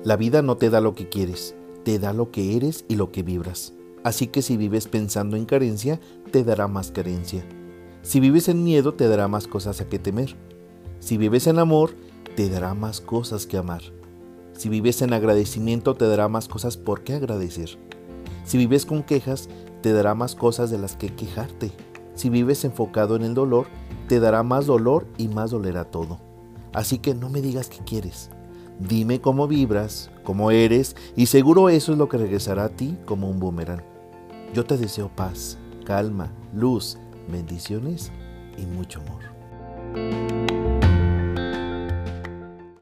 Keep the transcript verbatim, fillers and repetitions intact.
La vida no te da lo que quieres, te da lo que eres y lo que vibras. Así que si vives pensando en carencia, te dará más carencia. Si vives en miedo, te dará más cosas a que temer. Si vives en amor, te dará más cosas que amar. Si vives en agradecimiento, te dará más cosas por qué agradecer. Si vives con quejas, te dará más cosas de las que quejarte. Si vives enfocado en el dolor, te dará más dolor y más dolerá todo. Así que no me digas qué quieres. Dime cómo vibras, cómo eres, y seguro eso es lo que regresará a ti como un boomerang. Yo te deseo paz, calma, luz, bendiciones y mucho amor.